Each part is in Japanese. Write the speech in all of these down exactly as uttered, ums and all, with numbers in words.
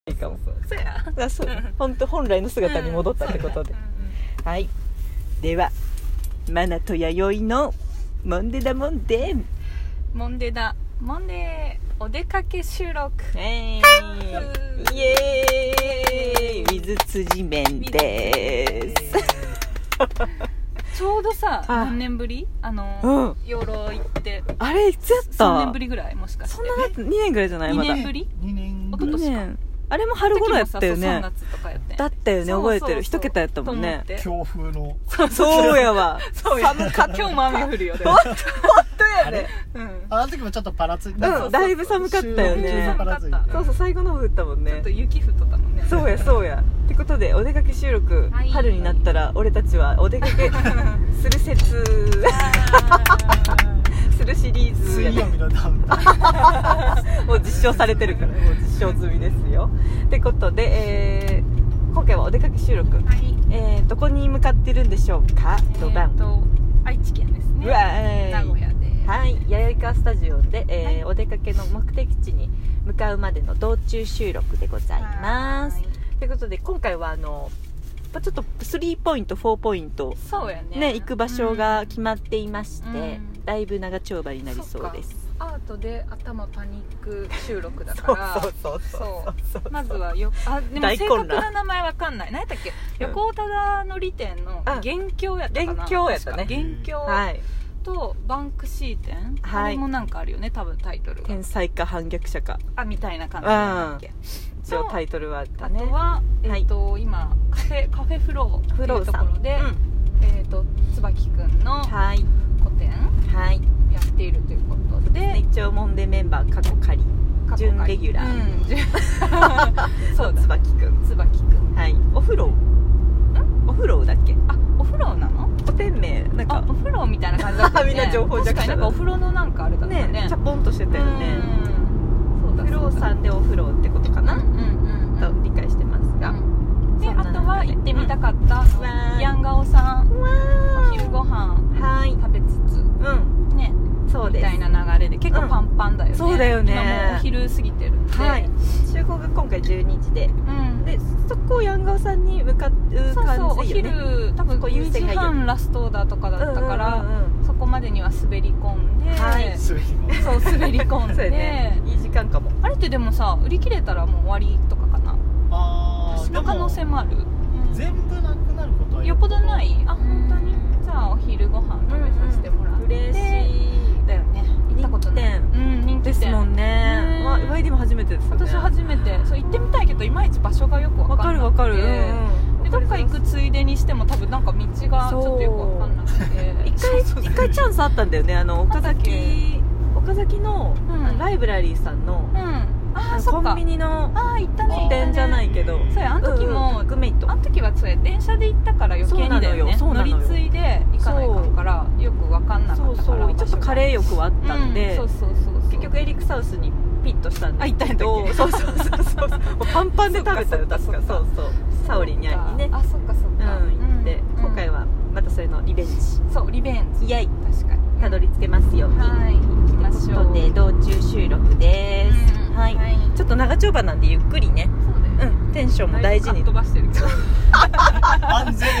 いいかも。 そうそうそうやそう本当本来の姿に戻ったってことで、 うんうん、 はい。ではマナと弥生のモンデだモンデモンデだモンデお出かけ収録、 えー、イエーイ、水辻面ですちょうどさあ何年ぶりあの、 うん、 養老行ってあれいつやったさんねんぶりぐらい、もしかしてそんなだってにねんぐらいじゃない？まだにねんぶりにねん一昨年か、 ね、あれも春頃やったよね。 さんがつとかやってだったよね、覚えてる。一桁やったもんね。 強風のそうやわ。 そうや寒かった。今日も雨降るよ。 本当本当やね。 うん。 あの時もちょっとパラついて、 うん、だいぶ寒かったよね。 パラついて、 そうそう、最後の方降ったもんね。 ちょっと雪降っとったもんね。 そうやそうや。ってことでお出かけ収録、 はい、 春になったら俺たちはお出かけする説するシリーズやね。 水曜日のダウンタウンもう実証されてるからもう実証済みですよ。ってことで、えー、今回はお出かけ収録、 はい、 えー、どこに向かってるんでしょうか。 えーと愛知県ですね。 うわーい、 名古屋で、 はい、弥生川スタジオで、えーはい、お出かけの目的地に向かうまでの道中収録でございます。ということで今回はあのちょっとスリーポイントフォーポイント、 そうやね、 ね、行く場所が決まっていまして、 うん、 だいぶ長丁場になりそうです。 アートで頭パニック収録だからそうそうそうそうまずはよあでも正確な名前わかんない。何やったっけ、横尾忠則店の元凶やったかな。 元凶やったね。 元凶、はい、とバンクシー店、はい、あれもなんかあるよね多分タイトルが。 天才か反逆者かあみたいな感じなんだっけ。 一応タイトルはあったね。 あとは、えーとはい、今カフェカフェフローっていうところで、うん、えーと椿くんの個展、はい、やっているということで、はい、 一応モンデメンバー過去仮準レギュラー、うん、そう椿くん椿くん、はい、お風呂んお風呂だっけ。 あお風呂なの。 お店名なんかお風呂みたいな感じだったね。 みんな情報弱者だ。 確かになんかお風呂のなんかあれだったね。 ねチャポンとしてたよね。そうだ、風呂さんでお風呂ってことかな、うんうんうん、と理解してますが、うん、 であとは行ってみたかった、うん、ヤンガオさんお昼ご飯食べつつ、うん、ねそうですみたいな流れで結構パンパンだよね、うん、そうだよね。今もうお昼過ぎてるんで、はい、 集合が今回じゅうにじで、うん、でそこをヤンガオさんに向かう感じよね。そうそうお昼多分にじはんラストだとかだったから、うんうんうんうん、そこまでには滑り込んで、はい、 滑り込んでそう滑り込んでそう、ね、いい時間かも。 あれってでもさ売り切れたらもう終わりとかかな。あ確か可能性もある。 全部なくなることはよっぽどない。あ本当に。じゃあお昼ご飯食べさせてもらって、うん、嬉しいだよね。行ったことない。うん人気ですもんね。わワイディも初めてですよね。 私初めて。そう行ってみたいけどいまいち場所がよくわかんなくて。わかるわかる。うん、でどっか行くついでにしても多分なんか道がちょっとよくわかんなくて。 一回一回チャンスあったんだよね。あの岡崎岡崎の、うん、ライブラリーさんの。うんああコンビニの個展じゃないけど、 そうやあの時も、うん、あの時はそうや電車で行ったから余計にだよね。乗り継いで行かないかんからよく分かんなかったから。そうそうちょっとカレー欲はあったんで、 うん、そうそうそうそう結局エリックサウスにピッとしたんで行ったんだけど、そうそうそうそうもうパンパンで食べたよ確か。そうそうサオリに会いにねあそっかそっか、 うん、行って、うん、今回はまたそれのリベンジ。 そうリベンジイエイ確かにたどり着けますように、 はい行きましょう。 ということで道中収録です、うんはいはい、ちょっと長丁場なんでゆっくりね。そうだよね、うん、テンションも大事に飛ばしてるけど安全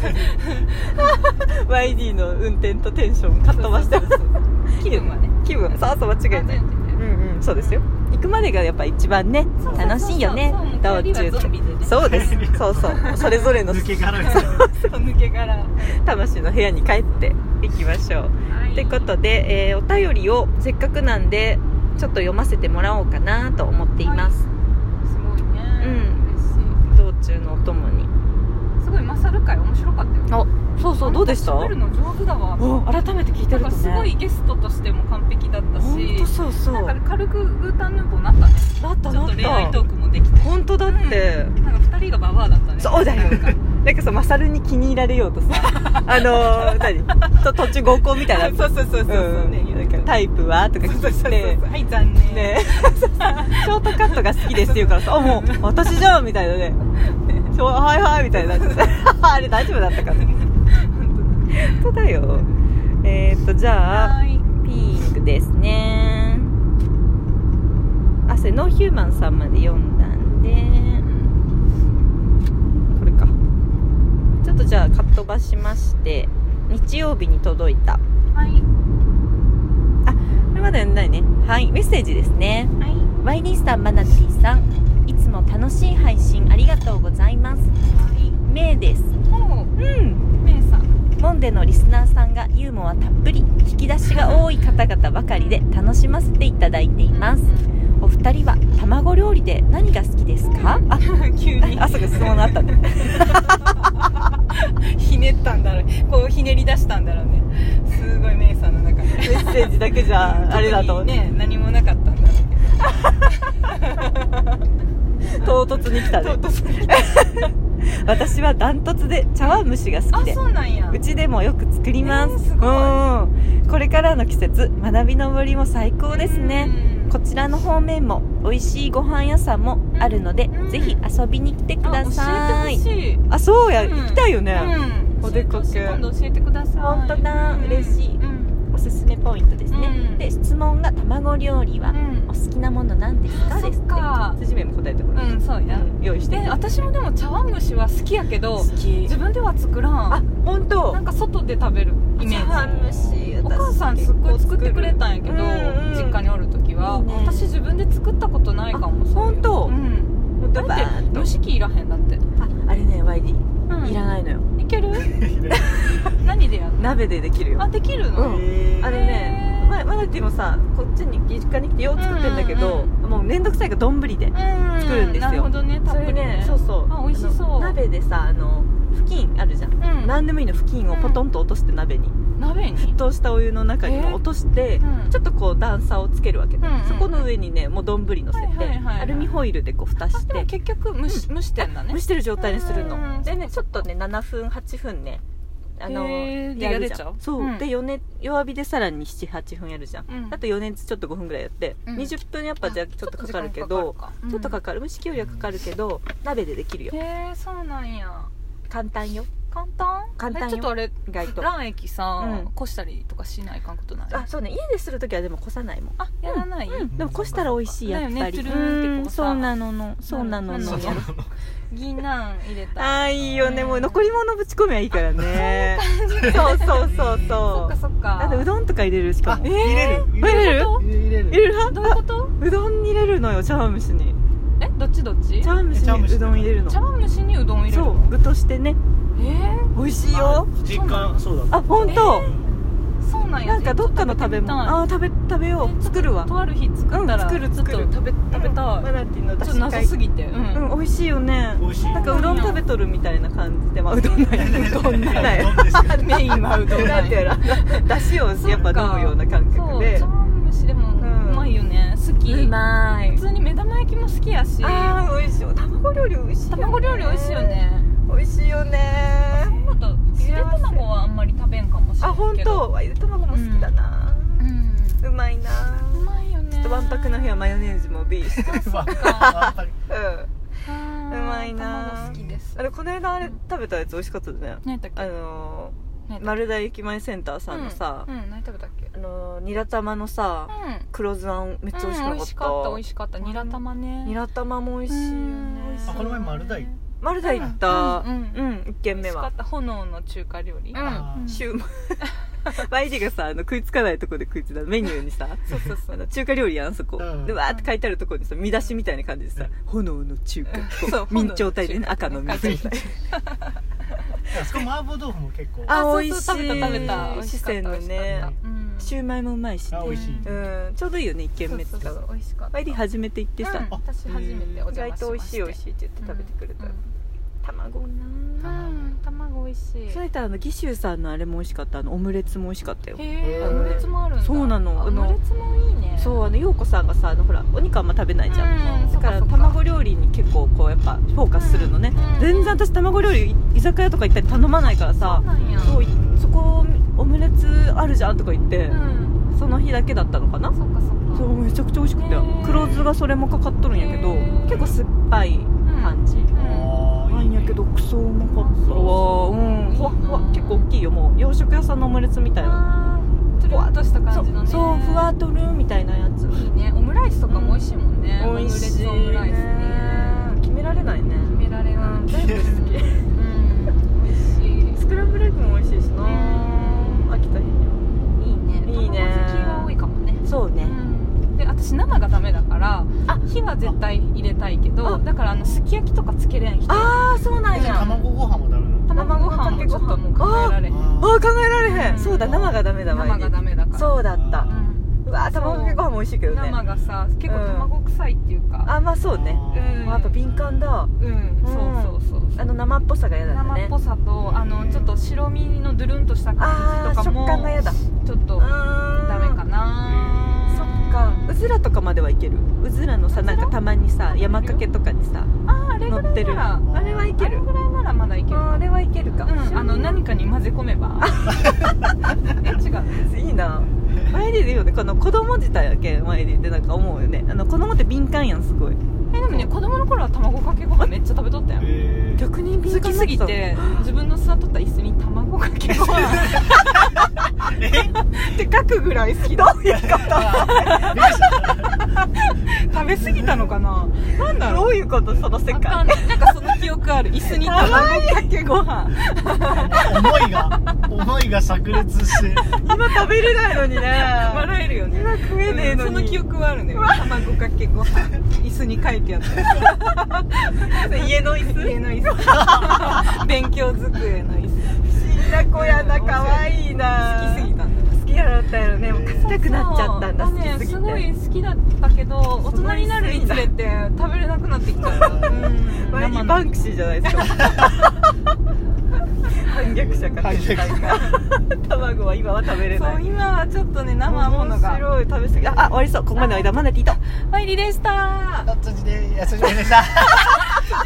ワイディ の運転とテンションかっ飛ばしてる。 気分はね気分そうそう間違いない。うんうんそうですよ。行くまでがやっぱ一番ね楽しいよね。道中ってそうですそうそうそれぞれの抜け殻そう抜け殻魂の部屋に帰っていきましょう。はい、ってことで、えー、お便りをせっかくなんでちょっと読ませてもらおうかなと思っています。 はい、すごいね。 うん。嬉しい。道中のお供に。 すごいマサル会面白かったよ。 あ、そうそうどうでした？ 喋るの上手だわ。 改めて聞いてるとね。 すごいゲストとしても完璧だったし。 本当そうそう。 なんか軽くグータンヌーボーなったね。 なったなった。ちょっと恋愛トークもできて。 本当だって。 うん、なんか二人がババアだったね。 そうだよ。なんかさマサルに気に入られようとさあのー、何と途中合コンみたいなそうそうそうそうそう、うんね、 なんかタイプはとか聞いてはい残念ねショートカットが好きですって言うからさあもう私じゃんみたいなねはいはいみたいなあれ大丈夫だったかな本当だよ。えーっとじゃあピンクですね。あそれノーヒューマンさんまで読んだんこれか。ちょっとじゃあかっ飛ばしまして、日曜日に届いた、 はい、 あ、これまだ読んでないね。はい、メッセージですね。 はい、 ワイリーさん、マナティさん、いつも楽しい配信ありがとうございます。メイです。 おう、 うん、 メイさん。 モンデのリスナーさんがユーモアたっぷり、引き出しが多い方々ばかりで楽しませていただいています。お二人は卵料理で何が好きですか？あ、 急にあ、そうか、質問があったね。 ひねったんだろう、こうひねり出したんだろうね。すごいメイさんの中でメッセージだけじゃあれだとね、何もなかったんだろうけ唐ど突に来たね。 唐突に来た。 私はダントツで茶碗蒸しが好きで、 あ、そうなんや。 うちでもよく作ります。 えー、すごい。 うん、これからの季節、学びの森も最高ですね。こちらの方面も美味しいご飯屋さんもあるので、 うん、 ぜひ遊びに来てください。 あ、教えてほしい。 あ、そうや、 うん、 行きたいよね、 うん、 お出かけ。 今度教えてください。 本当だ、 うん、 嬉しい、うん、おすすめポイントですね、うん、で、質問が卵料理はお好きなものなんですか、うん、ですって。辻目も答えてもらう。 うん、そうや、 うん、用意して。 で、私もでも茶碗蒸しは好きやけど、 好き。 自分では作らん。 あ、本当。 なんか外で食べるイメージ。 茶碗蒸し、 お母さんすっごい作ってくれたんやけど、うんうん、実家におる時は、ね、私自分で作ったことないかも。 本当。うん。 だって蒸し器いらへんだって。 あ、あれね、ワイリー、うん、いらないのよ。 いける？何でやるの？ 鍋でできるよ。 あ、できるの？ うん、あれね、マナティもさ、こっちに実家に来てよう作ってんだけど、うんうん、もうめんどくさいから丼で作るんですよ。なるほどね、たっぷりね。 それね、そうそう。 あ、美味しそう。 鍋でさ、あの布巾あるじゃん、うん、何でもいいの、布巾をポトンと落として鍋に、 鍋に沸騰したお湯の中にも落として、うん、ちょっとこう段差をつけるわけで、うんうん、そこの上にね、もう丼乗せて、はいはいはいはい、アルミホイルでこう蓋して、 でも結局蒸し、うん、蒸してんだね。 蒸してる状態にするの。でね、ちょっとね、ななふんはっぷんね、あのやるじゃん。そう、うん、で余熱、弱火でさらにななはちふんやるじゃん、うん、あと余熱ちょっとごふんぐらいやって、うん、にじゅっぷんやっぱじゃあちょっとかかるけど、ちょっとかかる、蒸し器よりはかかるけど鍋でできるよ。 へえ、そうなんや。 簡単よ。 簡単？ 簡単よ。 ちょっとあれ、 意外と卵液さ、うん、こしたりとかしないかんことない？ あ、そうね、家でするときはでもこさないもん。 あ、やらない、 うん、でもこしたら美味しい、やっぱり。 だよね、トゥルーンってこうさ、 そうなのの、そうなのの。 銀杏入れた。 あー、いいよね、もう残り物ぶち込みはいいからね。そうそうそうそう。 そっかそっか。 あとうどんとか入れるしかも。 入れる入れる入れる入れる派？ どういうこと？ うどんに入れるのよ、茶碗蒸しに。 え、どっちどっち？ 茶碗蒸しにうどん入れるの。 茶碗蒸しにうどん入れるの？ そう、具としてね。えー、美味しいよ。 実感、そうだ。 あ、本当。 そうなんや。 なんかどっかの食べ物、あ、食べ食べよう。作るわ。 とある日作ったら、 作る作る。 食べ食べたい。 マナティの出汁ちょっと謎すぎて。 うん、美味しいよね。 美味しい。 なんかうどん食べとるみたいな感じで、まあうどんない。うどんない。 メインはうどんない。 出汁をやっぱ飲むような感覚で。 茶碗蒸しでもうまいよね。好き。 うまい。 普通に目玉焼きも好きやし。 ああ、美味しい。卵料理美味しい。 卵料理美味しいよね。 美味しいよね。 そうだ。ゆで卵はあんまり食べんかもしれないけど。 あ、本当。ゆで卵も好きだな。うまいな。 うまいよね。 ちょっとわんぱくの日はマヨネーズもビーして。 そっか。 うん。うまいな。 好きです。 あれ、この間あれ食べたやつ美味しかったね。 何だっけ？ あの丸田駅前センターさんのさ、 うん、何食べたっけ？ あのニラ玉のさ、黒酢あんめっちゃ美味しかった。美味しかった美味しかった。ニラ玉ね。 ニラ玉も美味しいよね。 あ、この前丸田行丸田行った。うん、一軒目は。美味しかった。炎の中華料理。 うん。シューマイ。ワイリがさ、あの食いつかないとこで食いついたメニューにさ、そうそうそう、あの中華料理やん、そこ、うん、でわーって書いてあるところにさ、見出しみたいな感じでさ、うん、炎の中華、そう、明朝体でね、赤の明朝体。 あそこ麻婆豆腐も結構、 あ、美味しい。 食べた食べた。 四川のね、シューマイもうまいしね。 あ、美味しい。 うん、ちょうどいいよね、一軒目とか。 美味しかった。 ワイリ初めて行ってさ、 私初めてお邪魔しました。 意外と美味しい美味しいって言って食べてくれた。卵なぁ、卵美味しい。 それとあの義州さんのあれも美味しかった。あのオムレツも美味しかったよ。 へー、オムレツもあるんだ。 そうなの。 オムレツもいいね。 そう、あの陽子さんがさ、あのほらお肉あんま食べないじゃん。だから卵料理に結構こうやっぱフォーカスするのね。全然私卵料理居酒屋とか行ったり頼まないからさ、そう、そこオムレツあるじゃんとか言って、その日だけだったのかな。そっかそっか。そう、めちゃくちゃ美味しくて、黒酢がそれもかかっとるんやけど、結構酸っぱい感じ。なんやけどクソうまかったわ。うん、ふわふわ、結構大きいよ。もう洋食屋さんのオムレツみたいな、 トゥルッとした感じのね。 そう、ふわとるみたいなやつ。 いいね。オムライスとかも美味しいもんね。 美味しいね。 オムレツオムライスね。 からあのすき焼きとかつけれん人。 ああそうなんや。 卵ご飯もダメなの？ 卵ご飯もちょっともう考えられへん。 ああ考えられへん。そうだ生がダメだ。 生がダメだから。 そうだった。うわ卵かけご飯も美味しいけどね。 生がさ結構卵臭いっていうか。 あまあそうね。やっぱ敏感だ。 うんそうそうそう。 あの生っぽさが嫌だね。 生っぽさとあのちょっと白身のドゥルンとした感じとかも食感が嫌だ。 ちょっとダメかな。 そっか。うずらとかまではいける。うずらのさなんかたまにさ山かけとかにさ乗ってる。あれはいける。 あれぐらいならまだいける。 あれはいけるか。 あの何かに混ぜ込めば。え違う。 いいな。前でいいよね。この子供自体やけん前でってなんか思うよね。あの子供って敏感やんすごい。 えでもね子供の頃は卵かけご飯めっちゃ食べとったやん。 逆に敏感好きすぎて自分の座っとった椅子に卵かけご飯って書くぐらい好きだ。 どういうこと？ 食べ過ぎたのかな。なんだろう。 どういうことその世界。 なんかその記憶ある。椅子に卵かけご飯。 思いが思いが炸裂して。 今食べれないのにね。 笑えるよね。 今食えねえのに。 その記憶はあるね。卵かけご飯。椅子に書いてあった。 家の椅子？ 家の椅子。勉強机の椅子。 不思議な子やな。可愛いな。 好きすぎたんだ。 好きだったよね。もうかせたくなっちゃったんだ。好きすぎて。 すごい好きだったけど大人になるにつれて食べれなくなってきちゃった。 前にバンクシーじゃないですか。反逆者か天才か。卵は今は食べれない。 そう今はちょっとね生ものが面白い食べ過ぎ。あ終わりそう。ここまでの間マナティとマイリでした。 辻でやすじでした。